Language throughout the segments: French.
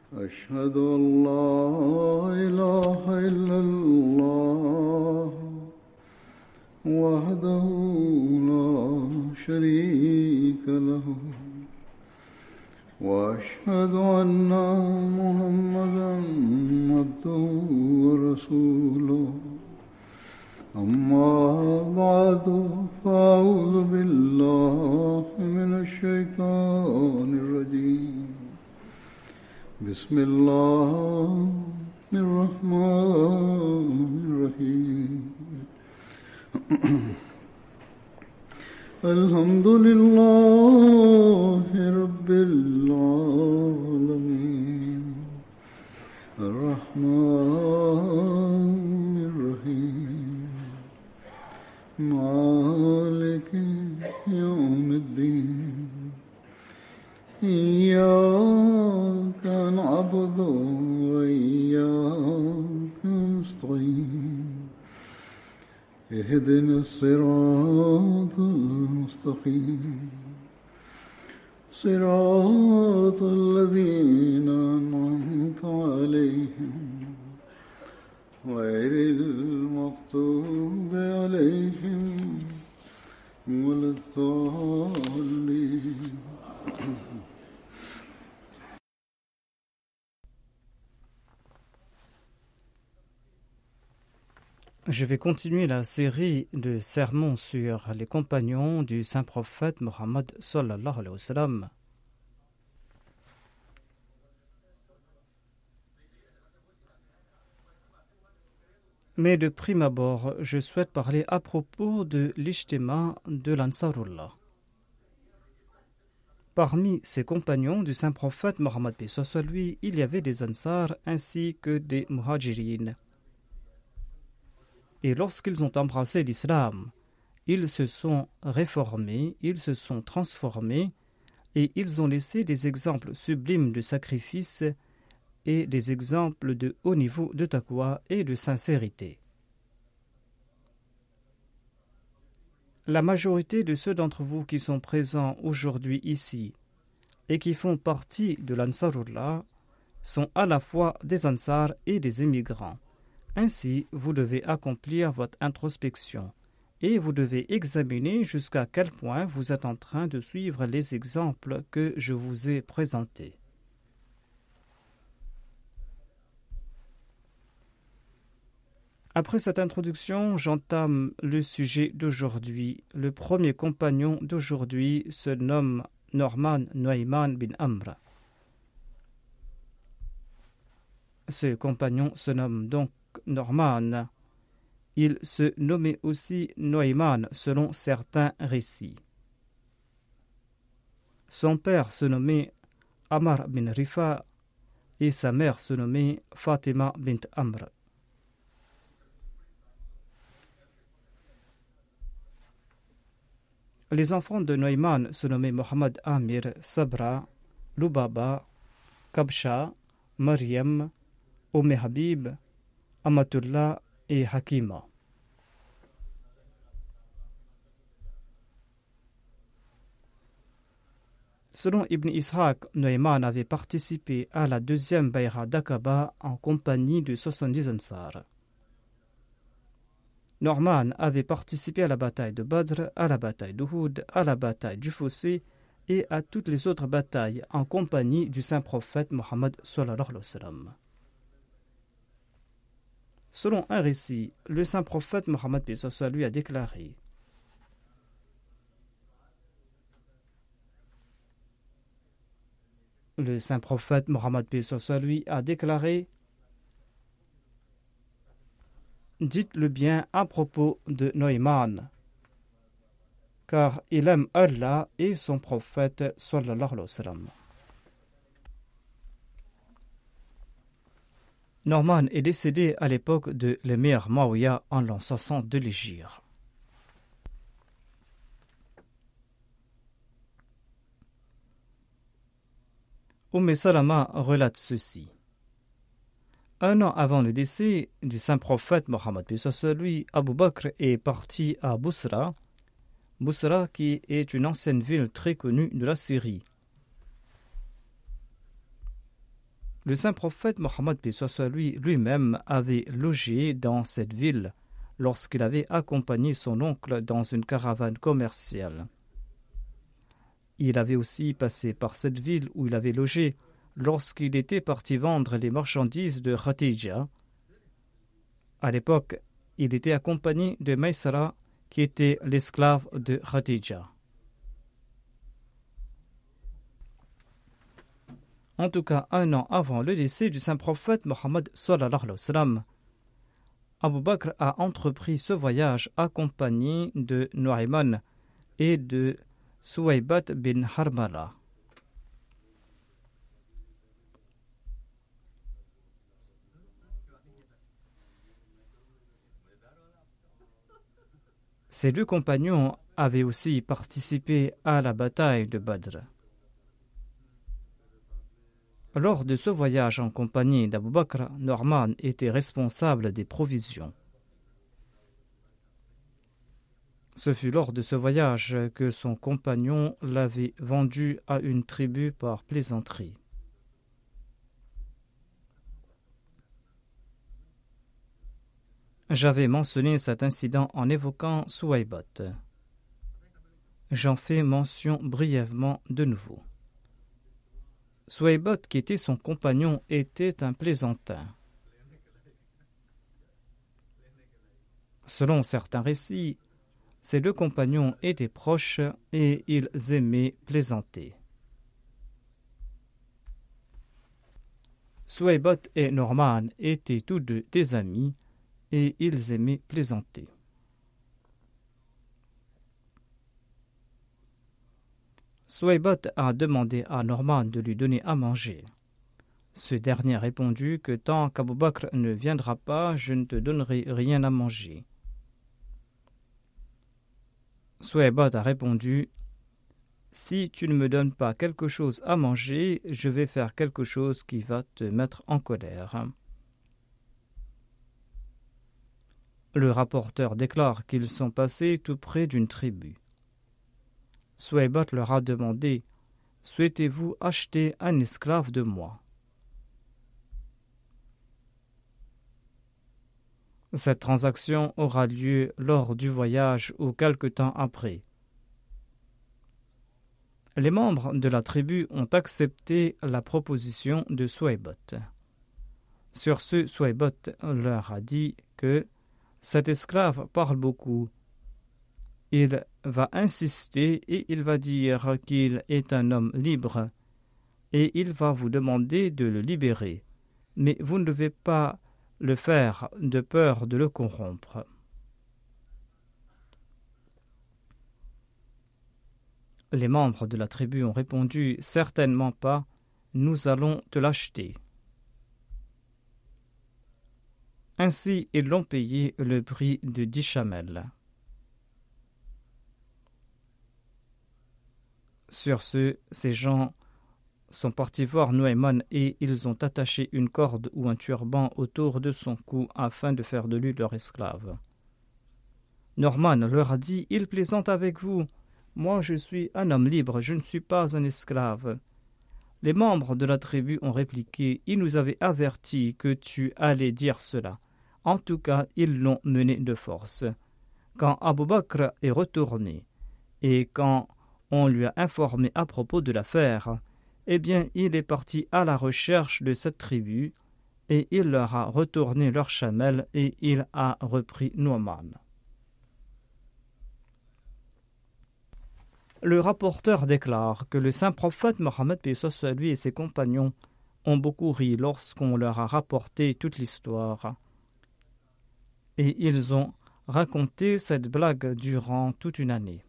أشهد أن لا إله إلا الله وحده لا شريك له وأشهد أن محمدا عبده ورسوله أما بعد فأعوذ بالله من الشيطان الرجيم بسم الله الرحمن الرحيم الحمد لله رب العالمين الرحمن الرحيم مالك يوم الدين إياك نعبد وإياك نستعين اهدنا الصراط المستقيم صراط الذين أنعمت عليهم غير المغضوب عليهم ولا الضالين. Je vais continuer la série de sermons sur les compagnons du saint prophète Mohammed sallallahu alayhi wa sallam. Mais de prime abord, je souhaite parler à propos de l'ijtima de l'Ansarullah. Parmi ces compagnons du saint prophète Mohammed paix soit lui, il y avait des Ansar ainsi que des Muhajirin. Et lorsqu'ils ont embrassé l'islam, ils se sont réformés, ils se sont transformés et ils ont laissé des exemples sublimes de sacrifice et des exemples de haut niveau de taqwa et de sincérité. La majorité de ceux d'entre vous qui sont présents aujourd'hui ici et qui font partie de l'Ansarullah sont à la fois des Ansar et des émigrants. Ainsi, vous devez accomplir votre introspection et vous devez examiner jusqu'à quel point vous êtes en train de suivre les exemples que je vous ai présentés. Après cette introduction, j'entame le sujet d'aujourd'hui. Le premier compagnon d'aujourd'hui se nomme Nu'man Nu'ayman bin Amr. Ce compagnon se nomme donc Nu'man. Il se nommait aussi Nu'ayman selon certains récits. Son père se nommait Amr bin Rifa et sa mère se nommait Fatima bint Amr. Les enfants de Nu'ayman se nommaient Mohammed Amir, Sabra, Lubaba, Kabsha, Maryam, Habib, Amatullah et Hakima. Selon Ibn Ishaq, Nu'ayman avait participé à la deuxième Bay'a d'Aqaba en compagnie de 70 Ansar. Nu'man avait participé à la bataille de Badr, à la bataille d'Uhud, à la bataille du Fossé et à toutes les autres batailles en compagnie du saint prophète Mohammed sallallahu alayhi wa sallam. Selon un récit, le saint prophète Mohammed paix soit lui a déclaré: Le saint prophète Mohammed paix soit lui a déclaré: Dites le bien à propos de Nu'ayman, car il aime Allah et son prophète sallallahu alayhi wa sallam. Nu'man est décédé à l'époque de l'émir Muawiyah en l'an 60 de l'Hégire. Salama relate ceci. Un an avant le décès du saint prophète Mohammed lui, Abu Bakr est parti à Bousra, qui est une ancienne ville très connue de la Syrie. Le saint prophète Mohammed lui-même avait logé dans cette ville lorsqu'il avait accompagné son oncle dans une caravane commerciale. Il avait aussi passé par cette ville où il avait logé lorsqu'il était parti vendre les marchandises de Khadija. À l'époque, il était accompagné de Maysara, qui était l'esclave de Khadija. En tout cas, 1 an avant le décès du saint prophète Mohammed sallallahu alayhi wa sallam, Abu Bakr a entrepris ce voyage accompagné de Nu'ayman et de Suwaybat bin Harmala. Ces 2 compagnons avaient aussi participé à la bataille de Badr. Lors de ce voyage en compagnie d'Abu Bakr, Nu'ayman était responsable des provisions. Ce fut lors de ce voyage que son compagnon l'avait vendu à une tribu par plaisanterie. J'avais mentionné cet incident en évoquant Suwaybat. J'en fais mention brièvement de nouveau. Suwaybat, qui était son compagnon, était un plaisantin. Selon certains récits, ces 2 compagnons étaient proches et ils aimaient plaisanter. Suwaybat et Nu'ayman étaient tous 2 des amis et ils aimaient plaisanter. Suwaybat a demandé à Nu'ayman de lui donner à manger. Ce dernier a répondu que tant qu'Abu Bakr ne viendra pas, je ne te donnerai rien à manger. Suwaybat a répondu: si tu ne me donnes pas quelque chose à manger, je vais faire quelque chose qui va te mettre en colère. Le rapporteur déclare qu'ils sont passés tout près d'une tribu. Suwaybat leur a demandé: souhaitez-vous acheter un esclave de moi? Cette transaction aura lieu lors du voyage ou quelque temps après. Les membres de la tribu ont accepté la proposition de Suwaybat. Sur ce, Suwaybat leur a dit que cet esclave parle beaucoup. Il va insister et il va dire qu'il est un homme libre et il va vous demander de le libérer. Mais vous ne devez pas le faire de peur de le corrompre. Les membres de la tribu ont répondu: certainement pas, nous allons te l'acheter. Ainsi, ils l'ont payé le prix de 10 chamels. Sur ce, ces gens sont partis voir Nu'ayman et ils ont attaché une corde ou un turban autour de son cou afin de faire de lui leur esclave. Nu'ayman leur a dit: il plaisante avec vous. Moi, je suis un homme libre, je ne suis pas un esclave. Les membres de la tribu ont répliqué: il nous avait averti que tu allais dire cela. En tout cas, ils l'ont mené de force. Quand Abu Bakr est retourné et quand on lui a informé à propos de l'affaire, eh bien, il est parti à la recherche de cette tribu et il leur a retourné leur chamelle et il a repris Nu'ayman. Le rapporteur déclare que le saint prophète Mohammed lui et ses compagnons ont beaucoup ri lorsqu'on leur a rapporté toute l'histoire. Et ils ont raconté cette blague durant toute une année.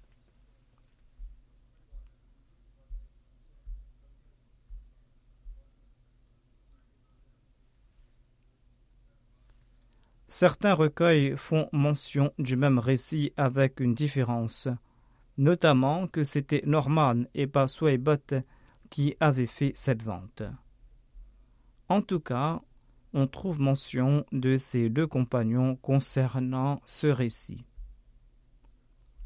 Certains recueils font mention du même récit avec une différence, notamment que c'était Nu'ayman et pas Suwaybat qui avaient fait cette vente. En tout cas, on trouve mention de ces 2 compagnons concernant ce récit.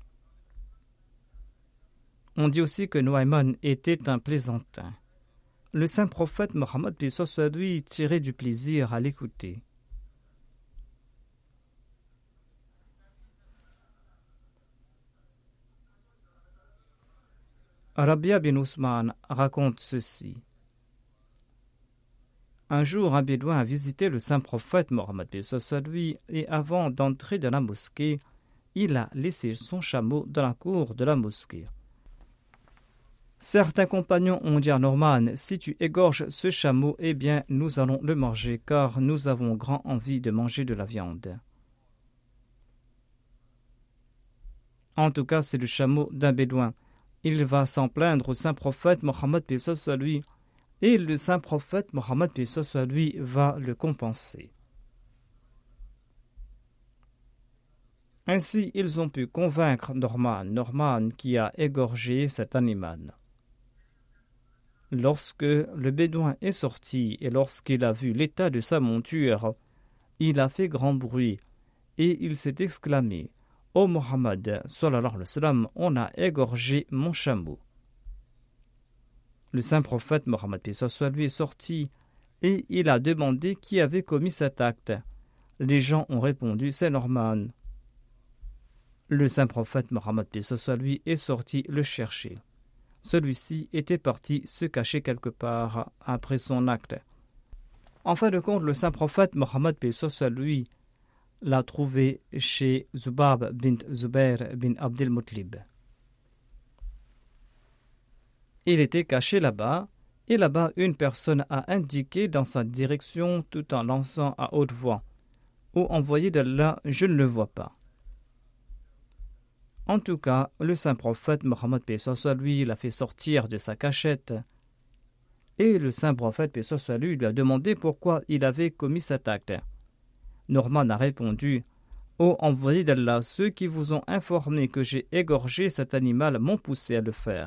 On dit aussi que Nu'ayman était un plaisantin. le saint prophète Mohammed lui tirait du plaisir à l'écouter. Rabia bin Ousmane raconte ceci. Un jour, un bédouin a visité le saint prophète Mohammed lui et avant d'entrer dans la mosquée, il a laissé son chameau dans la cour de la mosquée. Certains compagnons ont dit à Norman, si tu égorges ce chameau, eh bien nous allons le manger car nous avons grand envie de manger de la viande. En tout cas, c'est le chameau d'un bédouin. Il va s'en plaindre au saint prophète Mohammed lui et le saint prophète Mohammed lui va le compenser. Ainsi, ils ont pu convaincre Norman qui a égorgé cet animal. Lorsque le bédouin est sorti et lorsqu'il a vu l'état de sa monture, il a fait grand bruit et il s'est exclamé « Ô Mohammed, sallallahu alayhi wa sallam, on a égorgé mon chameau ». Le saint prophète Mohammed lui est sorti et il a demandé qui avait commis cet acte. Les gens ont répondu « c'est Norman ». Le saint prophète Mohammed lui est sorti le chercher. Celui-ci était parti se cacher quelque part après son acte. En fin de compte, le saint prophète Mohammed lui l'a trouvé chez Zubab bint Zubair bin Abdel Muttalib. Il était caché là-bas, et là-bas une personne a indiqué dans sa direction tout en lançant à haute voix « Ô envoyé d'Allah, je ne le vois pas ». En tout cas, le saint prophète Mohammed lui l'a fait sortir de sa cachette, et le saint prophète lui a demandé pourquoi il avait commis cet acte. Norman a répondu « Ô envoyé d'Allah, ceux qui vous ont informé que j'ai égorgé cet animal m'ont poussé à le faire. »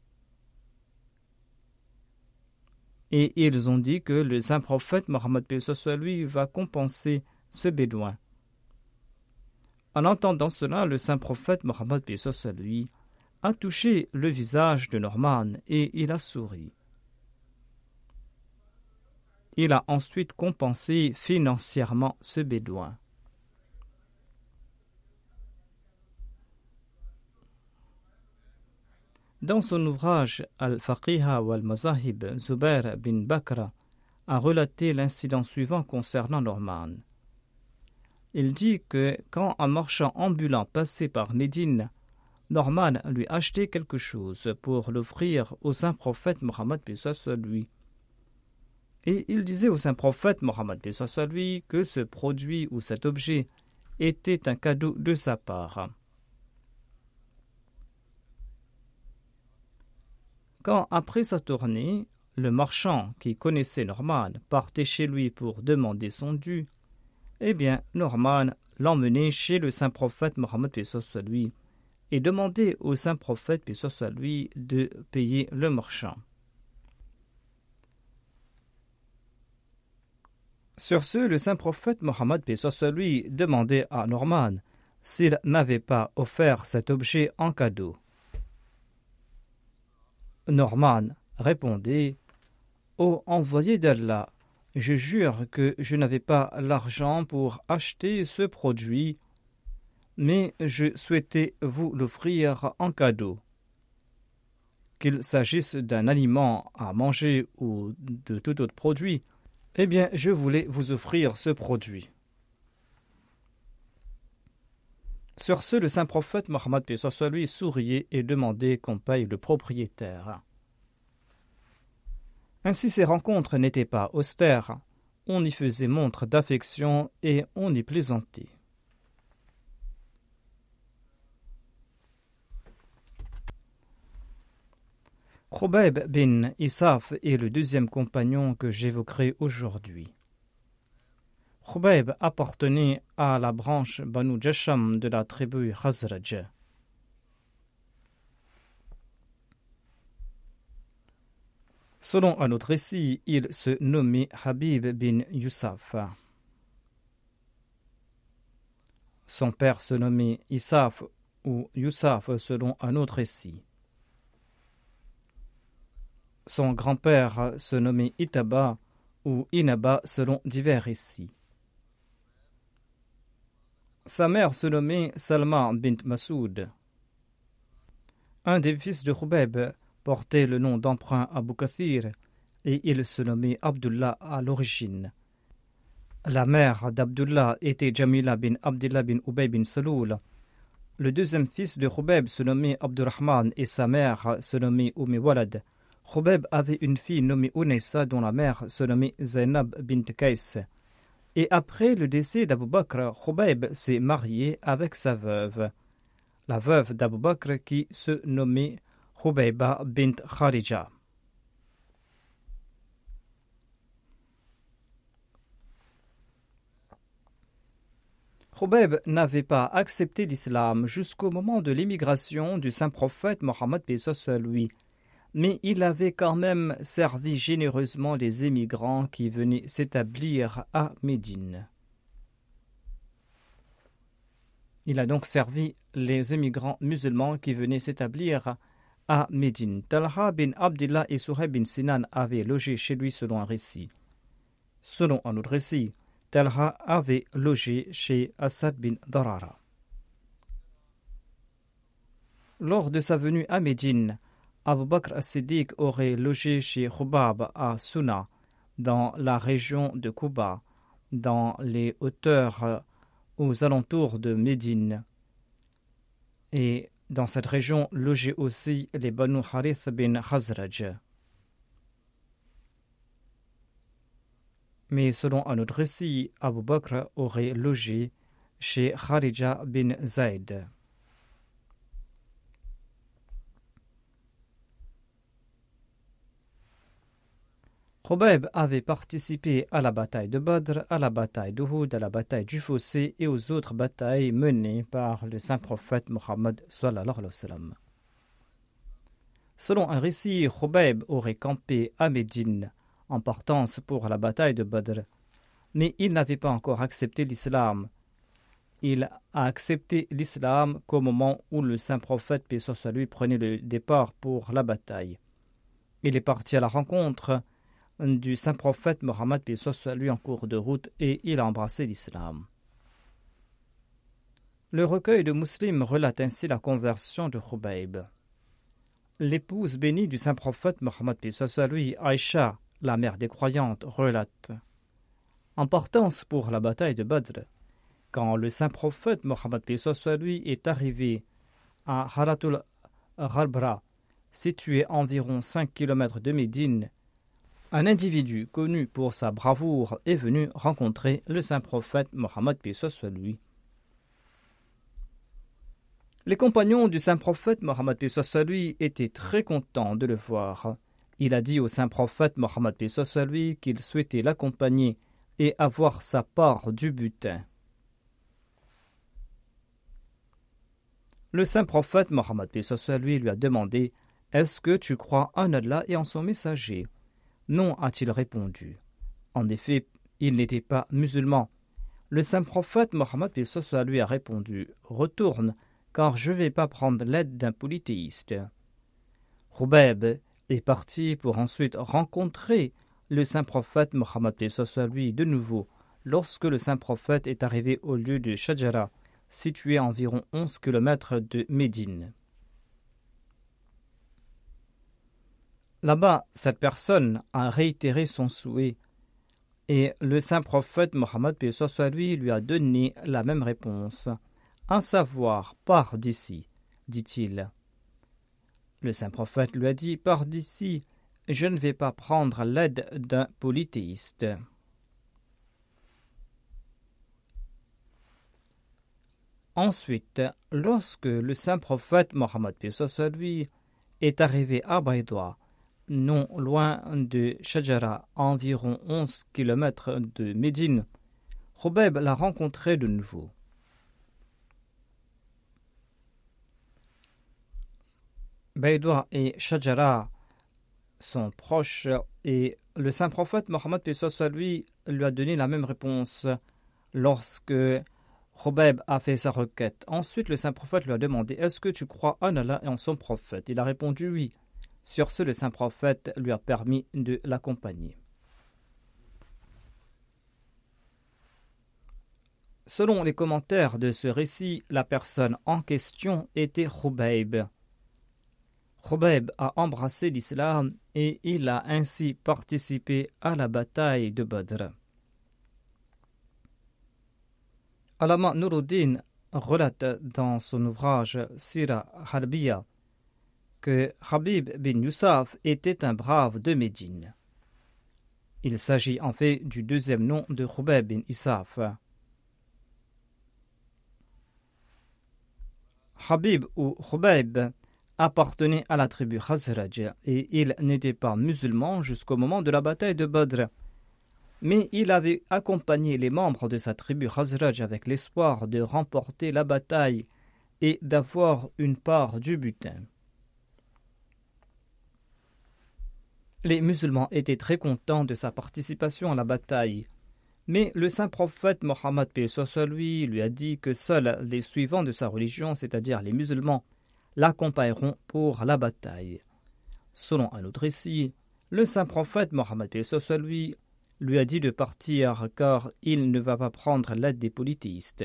Et ils ont dit que le saint prophète Mohammed lui va compenser ce bédouin. En entendant cela, le saint prophète Mohammed lui a touché le visage de Norman et il a souri. Il a ensuite compensé financièrement ce bédouin. Dans son ouvrage Al-Faqiha wal-Mazahib, Zubair bin Bakra a relaté l'incident suivant concernant Norman. Il dit que quand un marchand ambulant passait par Médine, Norman lui achetait quelque chose pour l'offrir au saint prophète Mohammed lui. Et il disait au saint prophète Mohammed lui que ce produit ou cet objet était un cadeau de sa part. Quand, après sa tournée, le marchand qui connaissait Norman partait chez lui pour demander son dû, eh bien, Norman l'emmenait chez le saint prophète Mohammed lui et demandait au saint prophète lui de payer le marchand. Sur ce, le saint prophète Mohammed lui demandait à Norman s'il n'avait pas offert cet objet en cadeau. Norman répondait « Ô envoyé d'Allah, je jure que je n'avais pas l'argent pour acheter ce produit, mais je souhaitais vous l'offrir en cadeau. Qu'il s'agisse d'un aliment à manger ou de tout autre produit, eh bien, je voulais vous offrir ce produit. » Sur ce, le saint prophète Mohammed lui souriait et demandait qu'on paye le propriétaire. Ainsi, ces rencontres n'étaient pas austères, on y faisait montre d'affection et on y plaisantait. Khubayb bin Isaf est le deuxième compagnon que j'évoquerai aujourd'hui. Khubayb appartenait à la branche Banu Jasham de la tribu Khazraj. Selon un autre récit, il se nommait Habib bin Yusaf. Son père se nommait Isaf ou Yusaf selon un autre récit. Son grand-père se nommait Itaba ou Inaba selon divers récits. Sa mère se nommait Salma bint Masoud. Un des fils de Khubayb portait le nom d'emprunt Abu Kathir et il se nommait Abdullah à l'origine. La mère d'Abdullah était Jamila bin Abdullah bin Ubay bin Saloul. Le deuxième fils de Khubayb se nommait Abdurrahman et sa mère se nommait Walad. Khubayb avait une fille nommée Unaysa dont la mère se nommait Zainab bint Kais. Et après le décès d'Abu Bakr, Khubayb s'est marié avec sa veuve, la veuve d'Abu Bakr qui se nommait Khubayba bint Kharija. Khubayb n'avait pas accepté l'islam jusqu'au moment de l'émigration du saint prophète Mohammed lui, mais il avait quand même servi généreusement les émigrants qui venaient s'établir à Médine. Il a donc servi les émigrants musulmans qui venaient s'établir à Médine. Talha bin Abdillah et Suhaib bin Sinan avaient logé chez lui selon un récit. Selon un autre récit, Talha avait logé chez Asad bin Darara. Lors de sa venue à Médine, Abu Bakr as-Siddiq aurait logé chez Khubab à Souna, dans la région de Quba, dans les hauteurs aux alentours de Médine. Et dans cette région logeaient aussi les Banu Harith bin Khazraj. Mais selon un autre récit, Abu Bakr aurait logé chez Kharija bin Zayd. Khubayb avait participé à la bataille de Badr, à la bataille d'Uhud, à la bataille du Fossé et aux autres batailles menées par le saint prophète Mohammed sallallahu alayhi wa sallam. Selon un récit, Khubayb aurait campé à Médine en partance pour la bataille de Badr, mais il n'avait pas encore accepté l'islam. Il a accepté l'islam qu'au moment où le saint prophète, paix soit lui, prenait le départ pour la bataille. Il est parti à la rencontre du saint prophète Mohammed, paix soit lui, en cours de route, et il a embrassé l'islam. Le recueil de Muslim relate ainsi la conversion de Khubayb. L'épouse bénie du saint prophète Mohammed, paix soit lui, Aïcha, la mère des croyantes, relate: en partance pour la bataille de Badr, quand le saint prophète Mohammed paix soit lui est arrivé à Haratul Gharbra, situé à environ 5 km de Médine, un individu connu pour sa bravoure est venu rencontrer le saint prophète Mohammed paix soit lui. Les compagnons du saint prophète Mohammed paix soit lui étaient très contents de le voir. Il a dit au saint prophète Mohammed paix soit lui qu'il souhaitait l'accompagner et avoir sa part du butin. Le saint prophète Mohammed paix soit lui a demandé: est-ce que tu crois en Allah et en son messager? Non, a-t-il répondu. En effet, il n'était pas musulman. Le saint prophète Mohammed paix soit lui a répondu: retourne, car je ne vais pas prendre l'aide d'un polythéiste. Khubayb est parti pour ensuite rencontrer le saint prophète Mohammed paix soit lui de nouveau, lorsque le saint prophète est arrivé au lieu de Shajara, situé à environ 11 km de Médine. Là-bas, cette personne a réitéré son souhait et le saint prophète Mohammed paix soit lui a donné la même réponse, à savoir: pars d'ici, dit-il. Le saint prophète lui a dit: pars d'ici, je ne vais pas prendre l'aide d'un polythéiste. Ensuite, lorsque le saint prophète Mohammed paix soit lui est arrivé à Baydoua, non loin de Shajara, à environ 11 km de Médine, Khubayb l'a rencontré de nouveau. Baydoua et Shajara sont proches et le saint prophète Mohammed paix soit lui a donné la même réponse lorsque Khubayb a fait sa requête. Ensuite, le saint prophète lui a demandé: est-ce que tu crois en Allah et en son prophète? Il a répondu oui. Sur ce, le saint prophète lui a permis de l'accompagner. Selon les commentaires de ce récit, la personne en question était Khubayb. Khubayb a embrassé l'islam et il a ainsi participé à la bataille de Badr. Allama Nuruddin relate dans son ouvrage Sira Harbiya que Habib bin Yusuf était un brave de Médine. Il s'agit en fait du deuxième nom de Khubayb bin Yusuf. Habib ou Khubayb appartenait à la tribu Khazraj et il n'était pas musulman jusqu'au moment de la bataille de Badr. Mais il avait accompagné les membres de sa tribu Khazraj avec l'espoir de remporter la bataille et d'avoir une part du butin. Les musulmans étaient très contents de sa participation à la bataille, mais le saint prophète Mohammed lui a dit que seuls les suivants de sa religion, c'est-à-dire les musulmans, l'accompagneront pour la bataille. Selon un autre récit, le saint prophète Mohammed lui a dit de partir car il ne va pas prendre l'aide des polythéistes.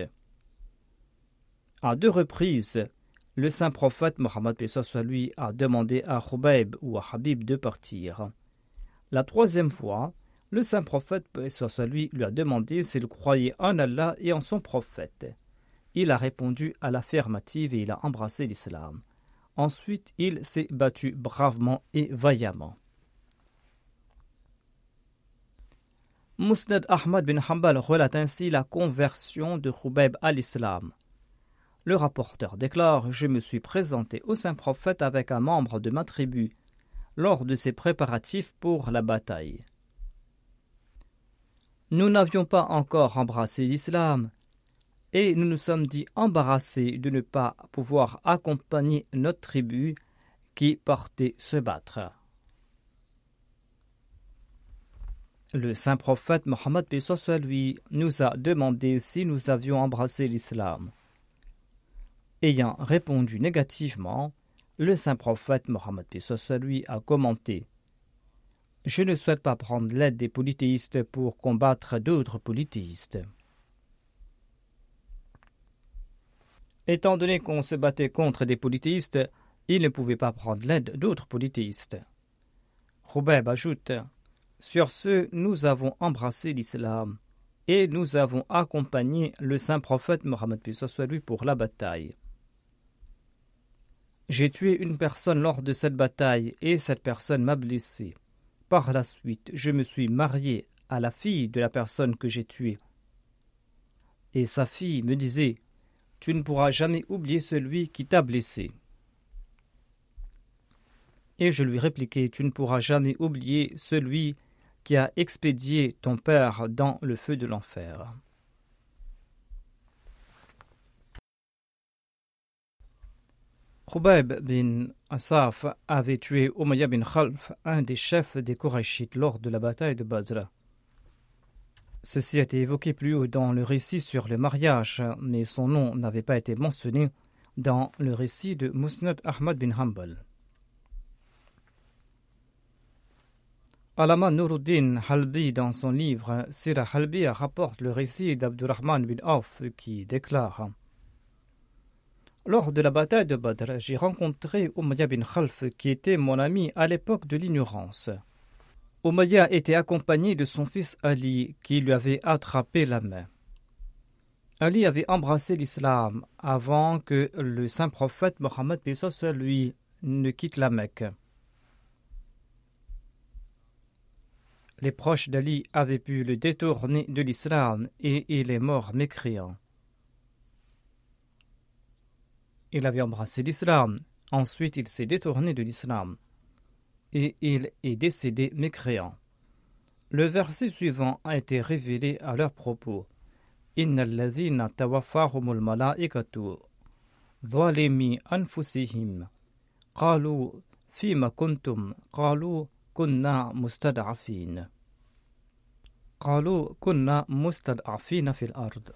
À 2 reprises, le saint prophète Mohammed lui a demandé à Khubayb ou à Habib de partir. La 3e fois, le saint prophète lui a demandé s'il croyait en Allah et en son prophète. Il a répondu à l'affirmative et il a embrassé l'islam. Ensuite, il s'est battu bravement et vaillamment. Musnad Ahmad bin Hanbal relate ainsi la conversion de Khubayb à l'islam. Le rapporteur déclare: Je me suis présenté au saint prophète avec un membre de ma tribu lors de ses préparatifs pour la bataille. Nous n'avions pas encore embrassé l'islam et nous nous sommes dit embarrassés de ne pas pouvoir accompagner notre tribu qui partait se battre. Le saint prophète Mohammed lui nous a demandé si nous avions embrassé l'islam. Ayant répondu négativement, le saint prophète Mohammed lui a commenté: Je ne souhaite pas prendre l'aide des polythéistes pour combattre d'autres polythéistes. Étant donné qu'on se battait contre des polythéistes, il ne pouvait pas prendre l'aide d'autres polythéistes. Khubayb ajoute: Sur ce, nous avons embrassé l'islam et nous avons accompagné le saint prophète Mohammed pour la bataille. J'ai tué une personne lors de cette bataille et cette personne m'a blessé. Par la suite, je me suis marié à la fille de la personne que j'ai tuée. Et sa fille me disait: Tu ne pourras jamais oublier celui qui t'a blessé. Et je lui répliquai: Tu ne pourras jamais oublier celui qui a expédié ton père dans le feu de l'enfer. Khubayb bin Asaf avait tué Umayya bin Khalf, un des chefs des Qurayshites, lors de la bataille de Badr. Ceci a été évoqué plus haut dans le récit sur le mariage, mais son nom n'avait pas été mentionné dans le récit de Musnad Ahmad bin Hanbal. Allama Nuruddin Halbi, dans son livre Sira Halbiya, rapporte le récit d'Abdurrahman bin Auf qui déclare: Lors de la bataille de Badr, j'ai rencontré Umayya bin Khalf qui était mon ami à l'époque de l'ignorance. Umayya était accompagné de son fils Ali qui lui avait attrapé la main. Ali avait embrassé l'islam avant que le saint prophète Mohammed lui ne quitte la Mecque. Les proches d'Ali avaient pu le détourner de l'islam et il est mort mécréant. Il avait embrassé l'islam, ensuite il s'est détourné de l'islam et il est décédé mécréant. Le verset suivant a été révélé à leur propos: Innal ladhina tawaffahumul malaikatu zalimi anfusihim qalu fima kuntum qalu kunna mustad'afin fil ard.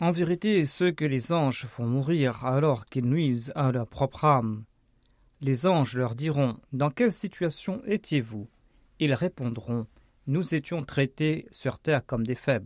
En vérité, ceux que les anges font mourir alors qu'ils nuisent à leur propre âme, les anges leur diront « Dans quelle situation étiez-vous » Ils répondront « Nous étions traités sur terre comme des faibles. »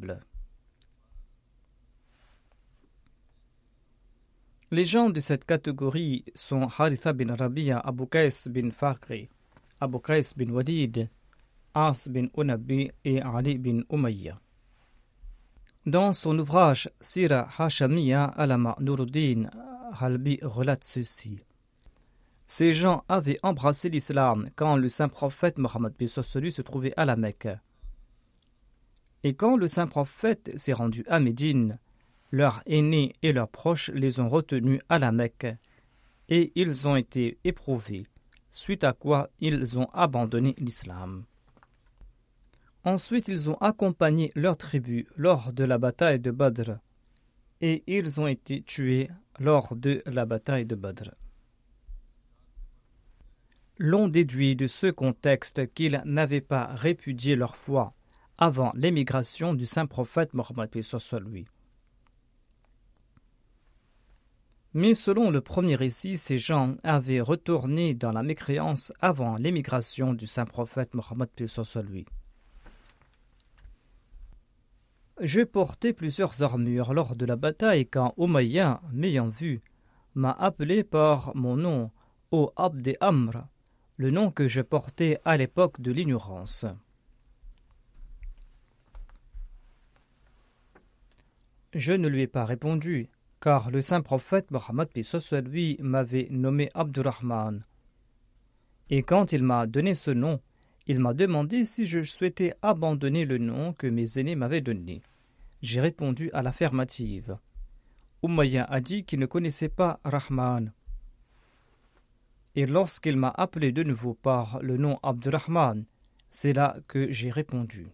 Les gens de cette catégorie sont Haritha bin Rabi'a, Abu Qais bin Fakri, Abu Qais bin Walid, As bin Unabi et Ali bin Umayya. Dans son ouvrage Sira Hashamiya, Alama Nuruddin Halbi relate ceci. Ces gens avaient embrassé l'islam quand le saint prophète Mohammed se trouvait à la Mecque. Et quand le saint prophète s'est rendu à Médine, leurs aînés et leurs proches les ont retenus à la Mecque et ils ont été éprouvés, suite à quoi ils ont abandonné l'islam. Ensuite, ils ont accompagné leur tribu lors de la bataille de Badr et ils ont été tués lors de la bataille de Badr. L'on déduit de ce contexte qu'ils n'avaient pas répudié leur foi avant l'émigration du saint prophète Mohammed lui. Mais selon le premier récit, ces gens avaient retourné dans la mécréance avant l'émigration du saint prophète Mohammed lui. Je portais plusieurs armures lors de la bataille quand Umayya, m'ayant vu, m'a appelé par mon nom, ô Abd Amr, le nom que je portais à l'époque de l'ignorance. Je ne lui ai pas répondu, car le saint prophète Mohammed lui m'avait nommé Abdurrahman. Et quand il m'a donné ce nom, il m'a demandé si je souhaitais abandonner le nom que mes aînés m'avaient donné. J'ai répondu à l'affirmative. Umayya a dit qu'il ne connaissait pas Rahman. Et lorsqu'il m'a appelé de nouveau par le nom Abdurrahman, c'est là que j'ai répondu.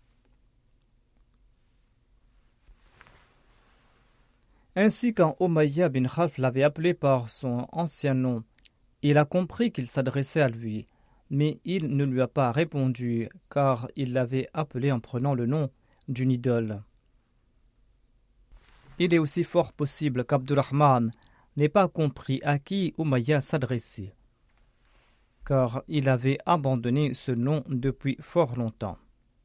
Ainsi, quand Umayya bin Khalf l'avait appelé par son ancien nom, il a compris qu'il s'adressait à lui, mais il ne lui a pas répondu, car il l'avait appelé en prenant le nom d'une idole. Il est aussi fort possible qu'Abdurrahman n'ait pas compris à qui Umayya s'adressait, car il avait abandonné ce nom depuis fort longtemps.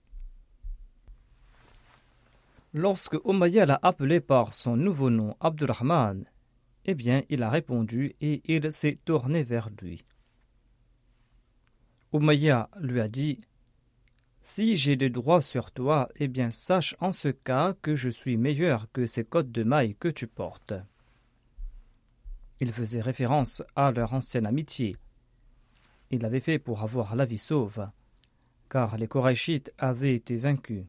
Lorsque Umayya l'a appelé par son nouveau nom, Abdurrahman, eh bien, il a répondu et il s'est tourné vers lui. Umayya lui a dit « Si j'ai des droits sur toi, eh bien, sache en ce cas que je suis meilleur que ces cottes de mailles que tu portes. » Il faisait référence à leur ancienne amitié. Il l'avait fait pour avoir la vie sauve, car les Korachites avaient été vaincus.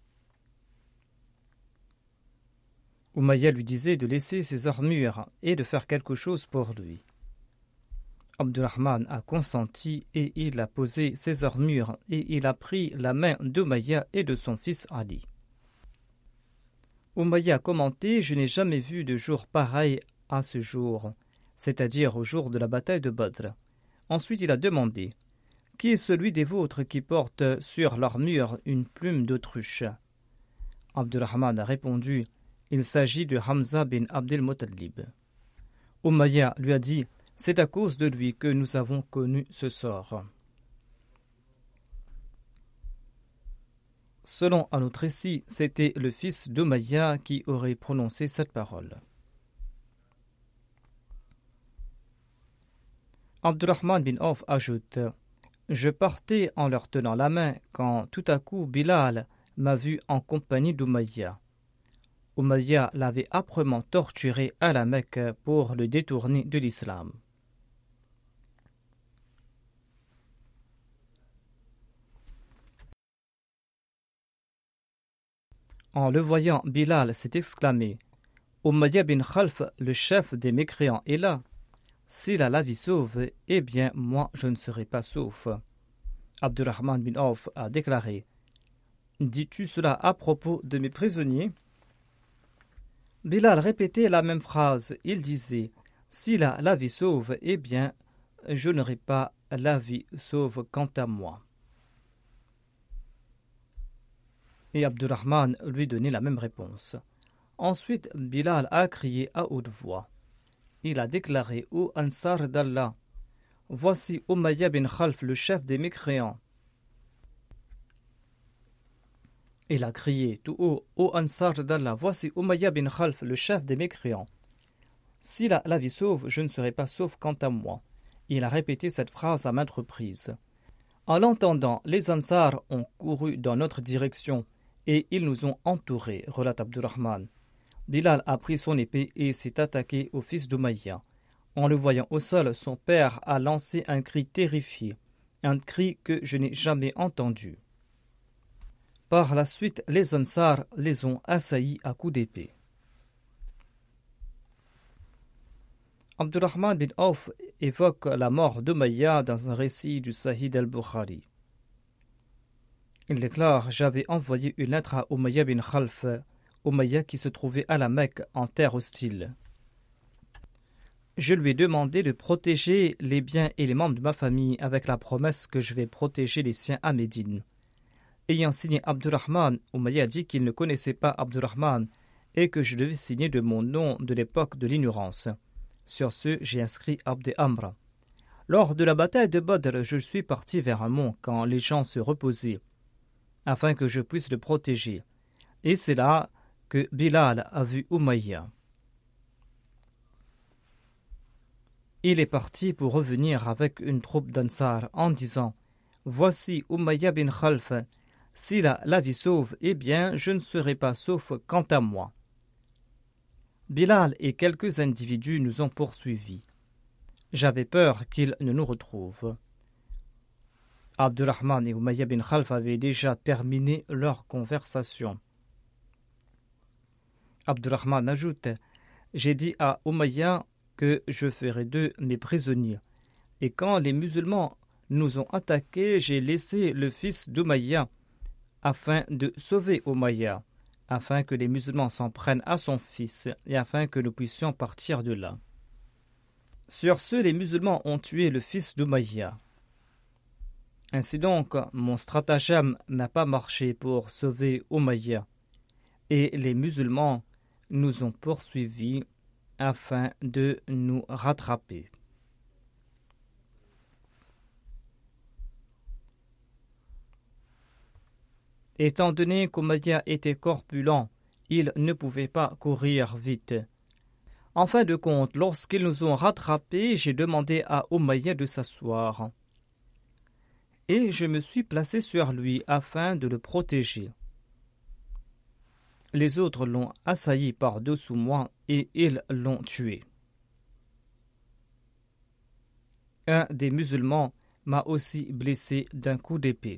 Umayya lui disait de laisser ses armures et de faire quelque chose pour lui. Abdurrahman a consenti et il a posé ses armures et il a pris la main d'Umayya et de son fils Ali. Umayya a commenté « Je n'ai jamais vu de jour pareil à ce jour, c'est-à-dire au jour de la bataille de Badr. » Ensuite il a demandé « Qui est celui des vôtres qui porte sur l'armure une plume d'autruche ?» Abdurrahman a répondu « Il s'agit de Hamza bin Abdel Muttalib. » Umayya lui a dit « C'est à cause de lui que nous avons connu ce sort. » Selon un autre récit, c'était le fils d'Umayya qui aurait prononcé cette parole. Abdurrahman bin Auf ajoute « Je partais en leur tenant la main quand tout à coup Bilal m'a vu en compagnie d'Umayya. Umayya l'avait âprement torturé à la Mecque pour le détourner de l'islam. En le voyant, Bilal s'est exclamé « Umayya bin Khalf, le chef des mécréants, est là. S'il a la vie sauve, eh bien moi je ne serai pas sauf. » Abdurrahman bin Auf a déclaré « Dis-tu cela à propos de mes prisonniers ?» Bilal répétait la même phrase. Il disait « S'il a la vie sauve, eh bien je n'aurai pas la vie sauve quant à moi. » Et Abdurrahman lui donnait la même réponse. Ensuite, Bilal a crié à haute voix. Il a déclaré: Ô Ansar d'Allah, voici Umayya bin Khalf, le chef des mécréants. Il a crié tout haut: Ô Ansar d'Allah, voici Umayya bin Khalf, le chef des mécréants. S'il a la vie sauve, je ne serai pas sauf quant à moi. Il a répété cette phrase à maintes reprises. En l'entendant, les Ansar ont couru dans notre direction et ils nous ont entourés, relate Abdurrahman. Bilal a pris son épée et s'est attaqué au fils d'Umayya. En le voyant au sol, son père a lancé un cri terrifié, un cri que je n'ai jamais entendu. Par la suite, les Ansar les ont assaillis à coups d'épée. Abdurrahman bin Auf évoque la mort d'Umayya dans un récit du Sahih al-Bukhari. Il déclare: J'avais envoyé une lettre à Umayya bin Khalf, Umayya qui se trouvait à la Mecque en terre hostile. Je lui ai demandé de protéger les biens et les membres de ma famille avec la promesse que je vais protéger les siens à Médine. Ayant signé Abdurrahman, Umayya dit qu'il ne connaissait pas Abdurrahman et que je devais signer de mon nom de l'époque de l'ignorance. Sur ce, j'ai inscrit Abd Amr. Lors de la bataille de Badr, je suis parti vers un mont quand les gens se reposaient, afin que je puisse le protéger. Et c'est là que Bilal a vu Umayya. Il est parti pour revenir avec une troupe d'Ansar en disant: Voici Umayya bin Khalf. S'il a la vie sauve, eh bien, je ne serai pas sauf quant à moi. Bilal et quelques individus nous ont poursuivis. J'avais peur qu'ils ne nous retrouvent. Abdurrahman et Umayya bin Khalf avaient déjà terminé leur conversation. Abdurrahman ajoute: J'ai dit à Umayya que je ferai d'eux mes prisonniers. Et quand les musulmans nous ont attaqués, j'ai laissé le fils d'Umayya afin de sauver Umayya, afin que les musulmans s'en prennent à son fils et afin que nous puissions partir de là. Sur ce, les musulmans ont tué le fils d'Umayya. Ainsi donc, mon stratagème n'a pas marché pour sauver Umayya, et les musulmans nous ont poursuivis afin de nous rattraper. Étant donné qu'Umayya était corpulent, il ne pouvait pas courir vite. En fin de compte, lorsqu'ils nous ont rattrapés, j'ai demandé à Umayya de s'asseoir. Et je me suis placé sur lui afin de le protéger. Les autres l'ont assailli par-dessous moi et ils l'ont tué. Un des musulmans m'a aussi blessé d'un coup d'épée.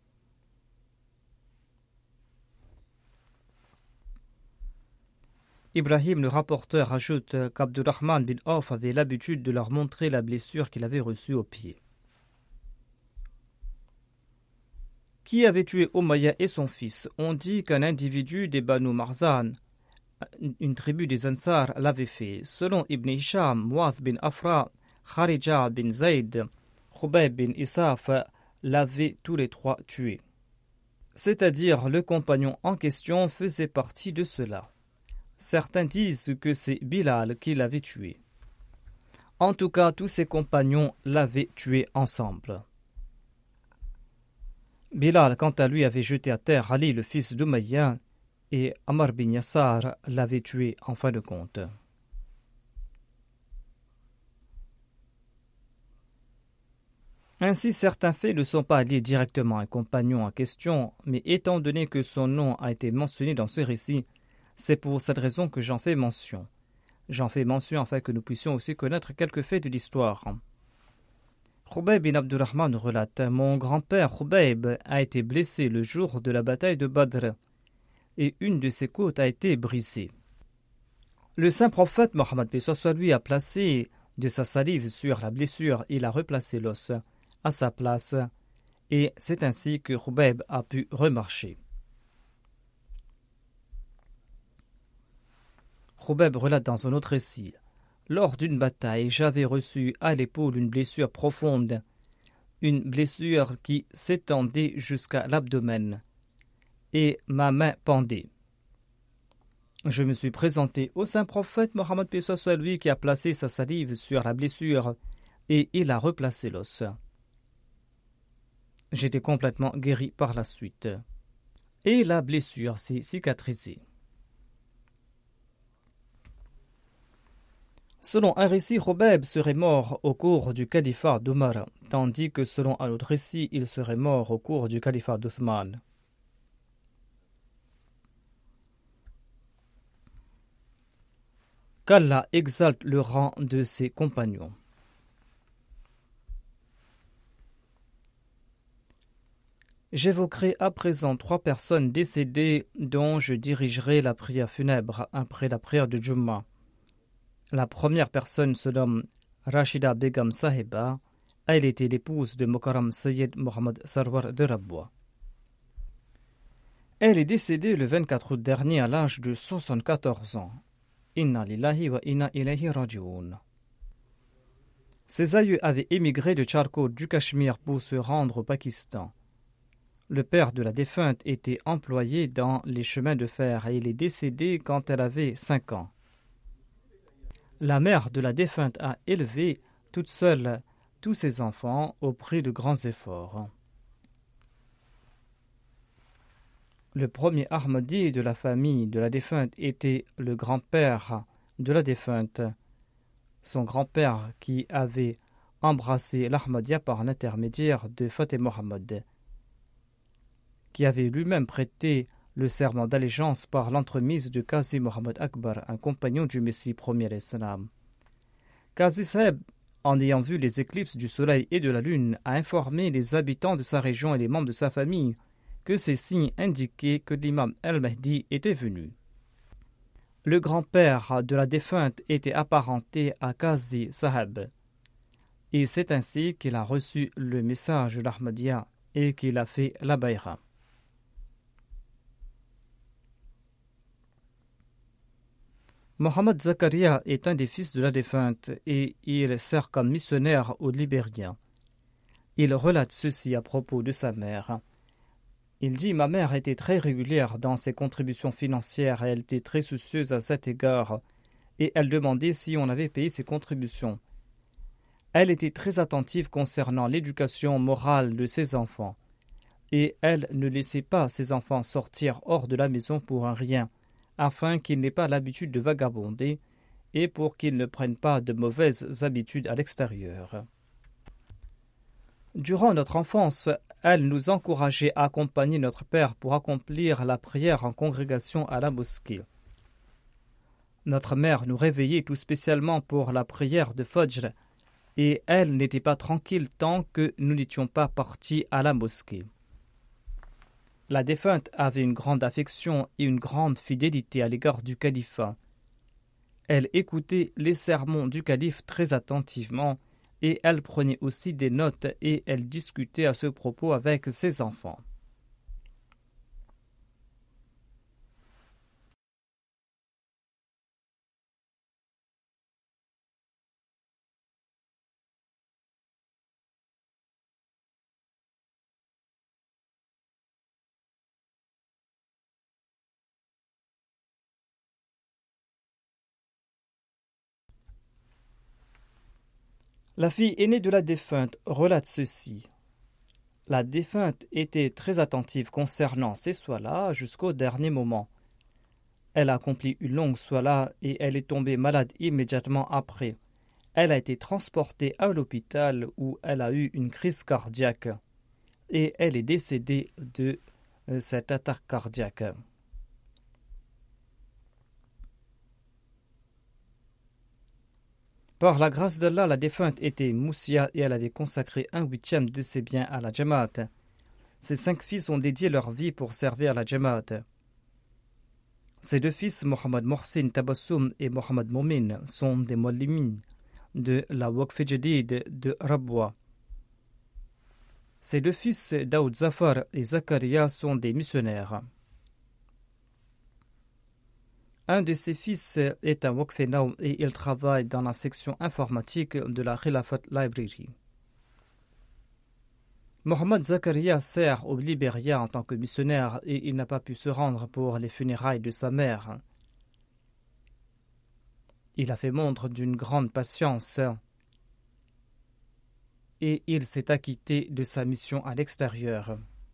Ibrahim, le rapporteur, ajoute qu'Abdurrahman bin Auf avait l'habitude de leur montrer la blessure qu'il avait reçue au pied. Qui avait tué Umayya et son fils? On dit qu'un individu des Banu Marzan, une tribu des Ansar, l'avait fait. Selon Ibn Hisham, Muath bin Afra, Kharija bin Zayd, Khubayb bin Isaf l'avaient tous les trois tué. C'est-à-dire le compagnon en question faisait partie de cela. Certains disent que c'est Bilal qui l'avait tué. En tout cas, tous ses compagnons l'avaient tué ensemble. Bilal, quant à lui, avait jeté à terre Ali, le fils d'Umayya, et Ammar bin Yassar l'avait tué en fin de compte. Ainsi, certains faits ne sont pas liés directement à un compagnon en question, mais étant donné que son nom a été mentionné dans ce récit, c'est pour cette raison que j'en fais mention. J'en fais mention afin que nous puissions aussi connaître quelques faits de l'histoire. Khubayb bin Abdurrahman relate: Mon grand-père Khubayb a été blessé le jour de la bataille de Badr, et une de ses côtes a été brisée. Le saint prophète Mohammed lui a placé de sa salive sur la blessure et il a replacé l'os à sa place, et c'est ainsi que Khubayb a pu remarcher. Khubayb relate dans un autre récit: Lors d'une bataille, j'avais reçu à l'épaule une blessure profonde, une blessure qui s'étendait jusqu'à l'abdomen, et ma main pendait. Je me suis présenté au saint prophète Mohammed paix soit lui qui a placé sa salive sur la blessure et il a replacé l'os. J'étais complètement guéri par la suite. Et la blessure s'est cicatrisée. Selon un récit, Khobab serait mort au cours du califat d'Omar, tandis que selon un autre récit, il serait mort au cours du califat d'Othman. Qu'Allah exalte le rang de ses compagnons. J'évoquerai à présent 3 personnes décédées dont je dirigerai la prière funèbre après la prière de Jumma. La première personne se nomme Rashida Begum Sahiba. Elle était l'épouse de Mukarram Sayyid Mohammad Sarwar de Rabwa. Elle est décédée le 24 août dernier à l'âge de 74 ans. Inna lillahi wa inna ilayhi raji'un. Ses aïeux avaient émigré de Charkot du Cachemire pour se rendre au Pakistan. Le père de la défunte était employé dans les chemins de fer et il est décédé quand elle avait 5 ans. La mère de la défunte a élevé toute seule tous ses enfants au prix de grands efforts. Le premier Ahmadi de la famille de la défunte était le grand-père de la défunte, son grand-père qui avait embrassé l'Ahmadiyya par l'intermédiaire de Fateh Mohammed, qui avait lui-même prêté le serment d'allégeance par l'entremise de Qazi Mohammed Akbar, un compagnon du Messie premier islam. Qazi Saheb, en ayant vu les éclipses du soleil et de la lune, a informé les habitants de sa région et les membres de sa famille que ces signes indiquaient que l'imam al-Mahdi était venu. Le grand-père de la défunte était apparenté à Qazi Saheb, et c'est ainsi qu'il a reçu le message de l'Ahmadiyya et qu'il a fait la bayra. Mohammad Zakaria est un des fils de la défunte et il sert comme missionnaire au Libérien. Il relate ceci à propos de sa mère. Il dit « Ma mère était très régulière dans ses contributions financières et elle était très soucieuse à cet égard et elle demandait si on avait payé ses contributions. Elle était très attentive concernant l'éducation morale de ses enfants et elle ne laissait pas ses enfants sortir hors de la maison pour un rien, afin qu'ils n'aient pas l'habitude de vagabonder et pour qu'ils ne prennent pas de mauvaises habitudes à l'extérieur. Durant notre enfance, elle nous encourageait à accompagner notre père pour accomplir la prière en congrégation à la mosquée. Notre mère nous réveillait tout spécialement pour la prière de Fajr et elle n'était pas tranquille tant que nous n'étions pas partis à la mosquée. La défunte avait une grande affection et une grande fidélité à l'égard du califat. Elle écoutait les sermons du calife très attentivement et elle prenait aussi des notes et elle discutait à ce propos avec ses enfants. La fille aînée de la défunte relate ceci. La défunte était très attentive concernant ces soilas jusqu'au dernier moment. Elle a accompli une longue soila et elle est tombée malade immédiatement après. Elle a été transportée à l'hôpital où elle a eu une crise cardiaque et elle est décédée de cette attaque cardiaque. Par la grâce d'Allah, la défunte était moussia et elle avait consacré 1/8 de ses biens à la Jamaat. Ses 5 fils ont dédié leur vie pour servir la Jamaat. Ses 2 fils, Mohammad Mohsin Tabassoum et Mohammad Momin, sont des muallimin de la Waqf Jadid de Rabwa. Ses 2 fils, Daoud Zafar et Zakaria, sont des missionnaires. Un de ses fils est un Waqf Naum et il travaille dans la section informatique de la Khilafat Library. Mohammad Zakaria sert au Libéria en tant que missionnaire et il n'a pas pu se rendre pour les funérailles de sa mère. Il a fait montre d'une grande patience et il s'est acquitté de sa mission à l'extérieur.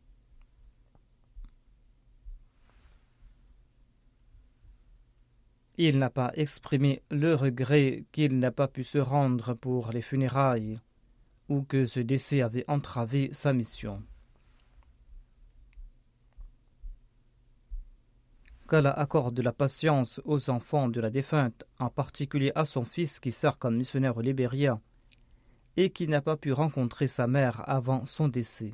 Il n'a pas exprimé le regret qu'il n'a pas pu se rendre pour les funérailles ou que ce décès avait entravé sa mission. Qu'Allah accorde la patience aux enfants de la défunte, en particulier à son fils qui sert comme missionnaire au Libéria et qui n'a pas pu rencontrer sa mère avant son décès.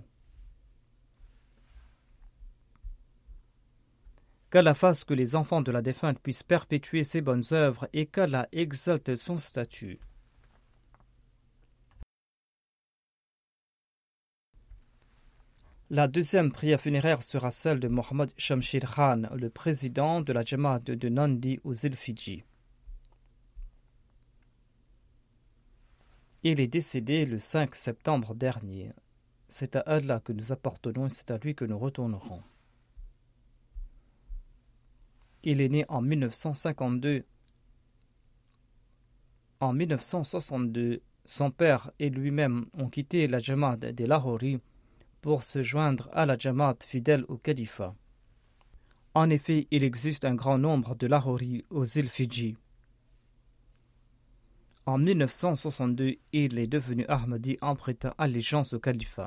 Qu'Allah fasse que les enfants de la défunte puissent perpétuer ses bonnes œuvres et qu'Allah exalte son statut. La deuxième prière funéraire sera celle de Mohammad Shamshir Khan, le président de la Jamaat de Nandi aux îles Fidji. Il est décédé le 5 septembre dernier. C'est à Allah que nous appartenons et c'est à lui que nous retournerons. Il est né en 1952. En 1962, son père et lui-même ont quitté la Jamaat des Lahori pour se joindre à la Jamaat fidèle au califat. En effet, il existe un grand nombre de Lahori aux îles Fidji. En 1962, il est devenu Ahmadi en prêtant allégeance au califat.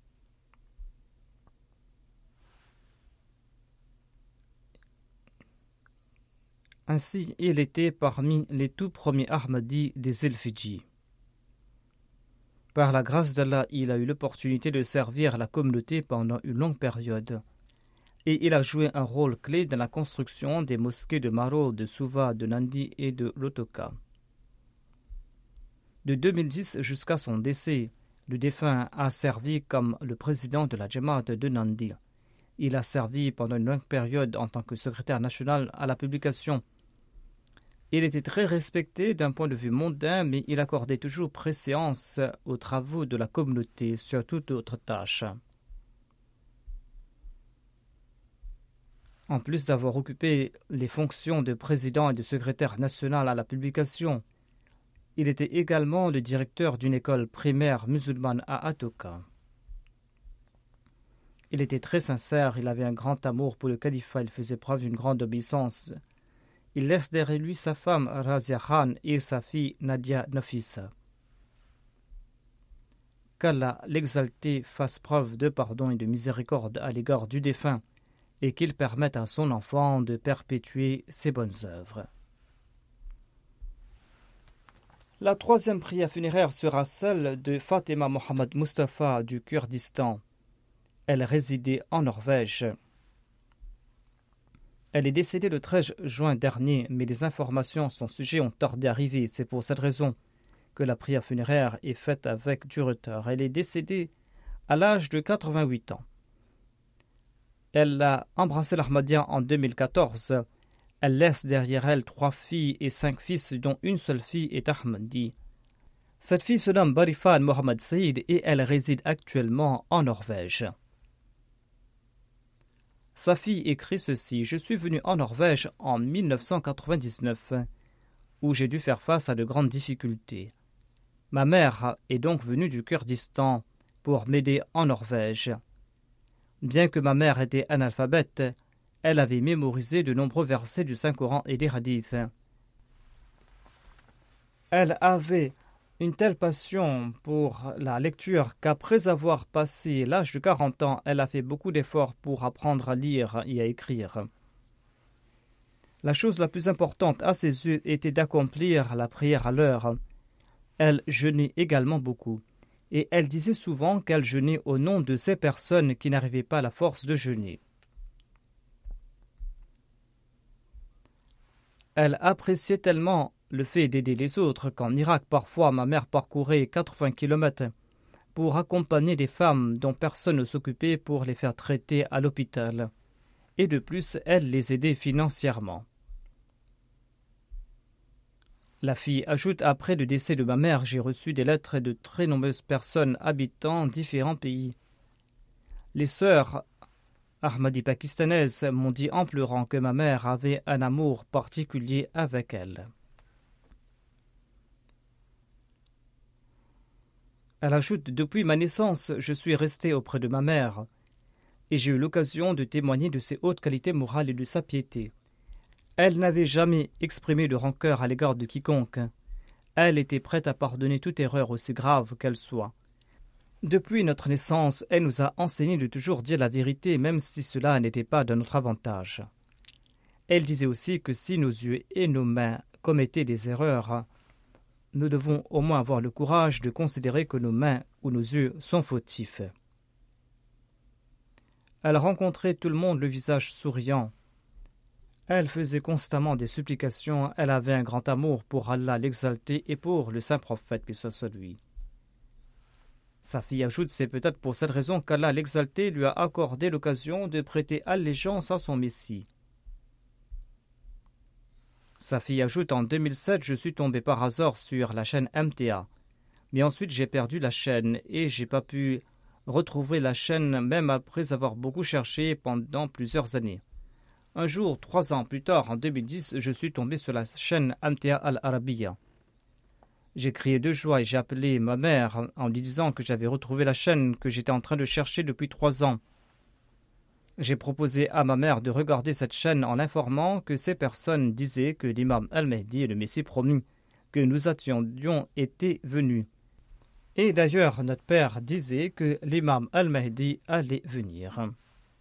Ainsi, il était parmi les tout premiers Ahmadis des îles Fidji. Par la grâce d'Allah, il a eu l'opportunité de servir la communauté pendant une longue période. Et il a joué un rôle clé dans la construction des mosquées de Maro, de Suva, de Nandi et de Lotoka. De 2010 jusqu'à son décès, le défunt a servi comme le président de la Jamaat de Nandi. Il a servi pendant une longue période en tant que secrétaire national à la publication. Il était très respecté d'un point de vue mondain, mais il accordait toujours préséance aux travaux de la communauté sur toute autre tâche. En plus d'avoir occupé les fonctions de président et de secrétaire national à la publication, il était également le directeur d'une école primaire musulmane à Atoka. Il était très sincère, il avait un grand amour pour le califat, il faisait preuve d'une grande obéissance. Il laisse derrière lui sa femme Razia Khan et sa fille Nadia Nafisa. Qu'Allah l'exalté fasse preuve de pardon et de miséricorde à l'égard du défunt et qu'il permette à son enfant de perpétuer ses bonnes œuvres. La troisième prière funéraire sera celle de Fatima Mohammad Mustafa du Kurdistan. Elle résidait en Norvège. Elle est décédée le 13 juin dernier, mais les informations à son sujet ont tardé à arriver. C'est pour cette raison que la prière funéraire est faite avec du retard. Elle est décédée à l'âge de 88 ans. Elle a embrassé l'Ahmadiyya en 2014. Elle laisse derrière elle 3 filles et 5 fils, dont une seule fille est Ahmadi. Cette fille se nomme Barifan Mohammad Saïd et elle réside actuellement en Norvège. Sa fille écrit ceci: « Je suis venu en Norvège en 1999, où j'ai dû faire face à de grandes difficultés. Ma mère est donc venue du Kurdistan pour m'aider en Norvège. Bien que ma mère était analphabète, elle avait mémorisé de nombreux versets du Saint-Coran et des hadiths. Elle avait une telle passion pour la lecture qu'après avoir passé l'âge de 40 ans, elle a fait beaucoup d'efforts pour apprendre à lire et à écrire. La chose la plus importante à ses yeux était d'accomplir la prière à l'heure. Elle jeûnait également beaucoup, et elle disait souvent qu'elle jeûnait au nom de ces personnes qui n'arrivaient pas à la force de jeûner. Elle appréciait tellement le fait d'aider les autres qu'en Irak, parfois, ma mère parcourait 80 km pour accompagner des femmes dont personne ne s'occupait pour les faire traiter à l'hôpital. Et de plus, elle les aidait financièrement. La fille ajoute: « Après le décès de ma mère, j'ai reçu des lettres de très nombreuses personnes habitant différents pays. Les sœurs Ahmadi pakistanaises m'ont dit en pleurant que ma mère avait un amour particulier avec elle. » Elle ajoute: depuis ma naissance, je suis restée auprès de ma mère, et j'ai eu l'occasion de témoigner de ses hautes qualités morales et de sa piété. Elle n'avait jamais exprimé de rancœur à l'égard de quiconque. Elle était prête à pardonner toute erreur aussi grave qu'elle soit. Depuis notre naissance, elle nous a enseigné de toujours dire la vérité, même si cela n'était pas de notre avantage. Elle disait aussi que si nos yeux et nos mains commettaient des erreurs, nous devons au moins avoir le courage de considérer que nos mains ou nos yeux sont fautifs. Elle rencontrait tout le monde le visage souriant. Elle faisait constamment des supplications. Elle avait un grand amour pour Allah l'exalté et pour le saint prophète, paix soit sur lui. Sa fille ajoute: c'est peut-être pour cette raison qu'Allah l'exalté lui a accordé l'occasion de prêter allégeance à son Messie. Sa fille ajoute: en 2007, je suis tombé par hasard sur la chaîne MTA. Mais ensuite, j'ai perdu la chaîne et j'ai pas pu retrouver la chaîne même après avoir beaucoup cherché pendant plusieurs années. Un jour, 3 ans plus tard, en 2010, je suis tombé sur la chaîne MTA Al-Arabiya. J'ai crié de joie et j'ai appelé ma mère en lui disant que j'avais retrouvé la chaîne que j'étais en train de chercher depuis 3 ans. J'ai proposé à ma mère de regarder cette chaîne en l'informant que ces personnes disaient que l'imam Al-Mahdi et le Messie promis que nous attendions étaient venus. Et d'ailleurs, notre père disait que l'imam Al-Mahdi allait venir.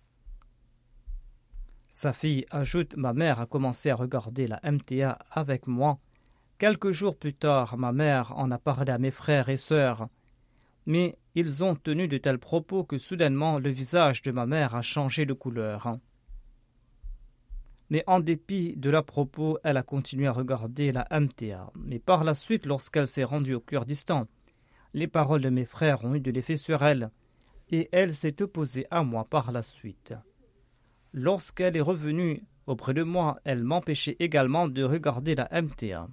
Sa fille ajoute: ma mère a commencé à regarder la MTA avec moi. Quelques jours plus tard, ma mère en a parlé à mes frères et sœurs. Mais ils ont tenu de tels propos que soudainement le visage de ma mère a changé de couleur. Mais en dépit de leurs propos, elle a continué à regarder la MTA. Mais par la suite, lorsqu'elle s'est rendue au Kurdistan, les paroles de mes frères ont eu de l'effet sur elle, et elle s'est opposée à moi par la suite. Lorsqu'elle est revenue auprès de moi, elle m'empêchait également de regarder la MTA.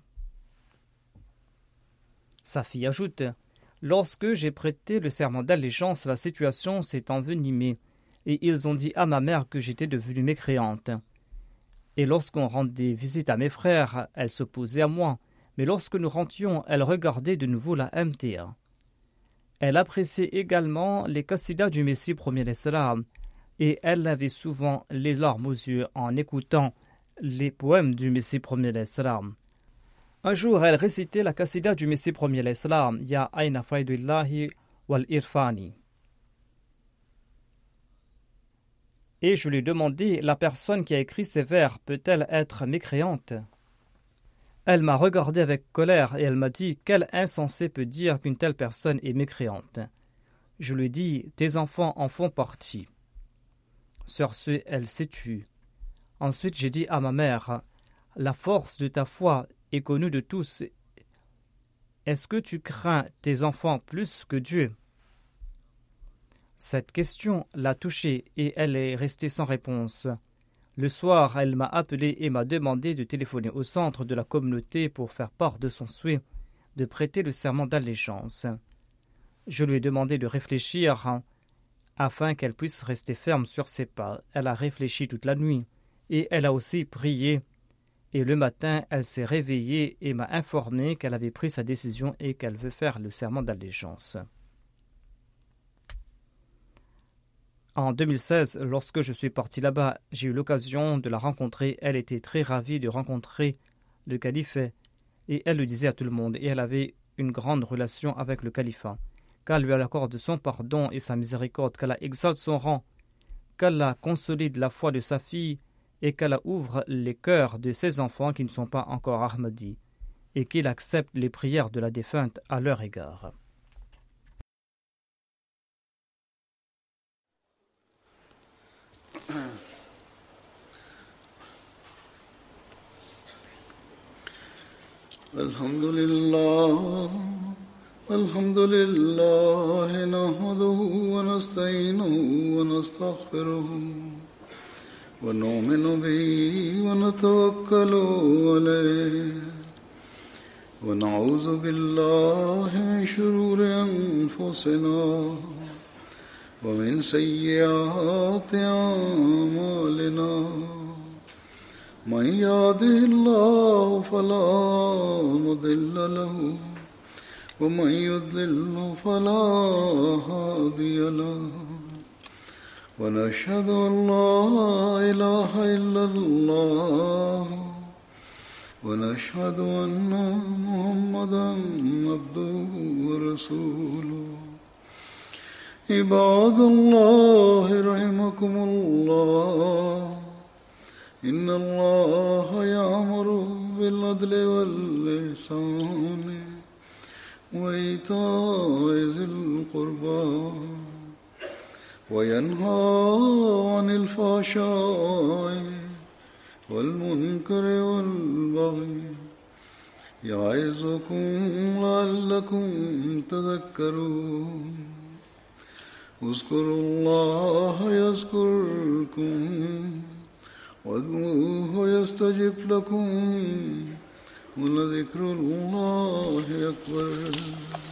Sa fille ajoute: lorsque j'ai prêté le serment d'allégeance, la situation s'est envenimée, et ils ont dit à ma mère que j'étais devenue mécréante. Et lorsqu'on rendait visite à mes frères, elle s'opposait à moi, mais lorsque nous rentrions, elle regardait de nouveau la MTA. Elle appréciait également les qasidas du Messie premier l'Islam, et elle avait souvent les larmes aux yeux en écoutant les poèmes du Messie premier l'Islam. Un jour, elle récitait la qasida du Messie premier l'Islam, Ya Aina Faidullahi wal Irfani. Et je lui demandai: la personne qui a écrit ces vers peut-elle être mécréante? Elle m'a regardé avec colère et elle m'a dit: quel insensé peut dire qu'une telle personne est mécréante? Je lui dis: tes enfants en font partie. Sur ce, elle s'est tue. Ensuite, j'ai dit à ma mère: la force de ta foi est connue de tous. Est-ce que tu crains tes enfants plus que Dieu? Cette question l'a touchée et elle est restée sans réponse. Le soir, elle m'a appelé et m'a demandé de téléphoner au centre de la communauté pour faire part de son souhait de prêter le serment d'allégeance. Je lui ai demandé de réfléchir afin qu'elle puisse rester ferme sur ses pas. Elle a réfléchi toute la nuit et elle a aussi prié. Et le matin, elle s'est réveillée et m'a informé qu'elle avait pris sa décision et qu'elle veut faire le serment d'allégeance. En 2016, lorsque je suis parti là-bas, j'ai eu l'occasion de la rencontrer. Elle était très ravie de rencontrer le calife et elle le disait à tout le monde. Et elle avait une grande relation avec le califat. Qu'Allah lui accorde son pardon et sa miséricorde, qu'Allah exalte son rang, qu'Allah consolide la foi de sa fille et qu'Allah ouvre les cœurs de ses enfants qui ne sont pas encore Ahmadis et qu'il accepte les prières de la défunte à leur égard. Alhamdulillah, nahmaduhu wa nasta'inuhu wa nastaghfiruh. ونؤمن به ونتوكل عليه ونعوذ بالله من شرور أنفسنا ومن سيئات أعمالنا من يهده الله فلا مضل له ومن يضلل فلا هادي له ونشهد أن لا إله إلا الله ونشهد أن محمدا عبده ورسوله عباد الله رحمكم الله إن الله يأمر بالعدل والإحسان وإيتاء ذي القربى وينهى عن الفحشاء والمنكر والبغي يعظكم لعلكم تذكرون اذكروا الله يذكركم وادعوه يستجب لكم ولذكر الله أكبر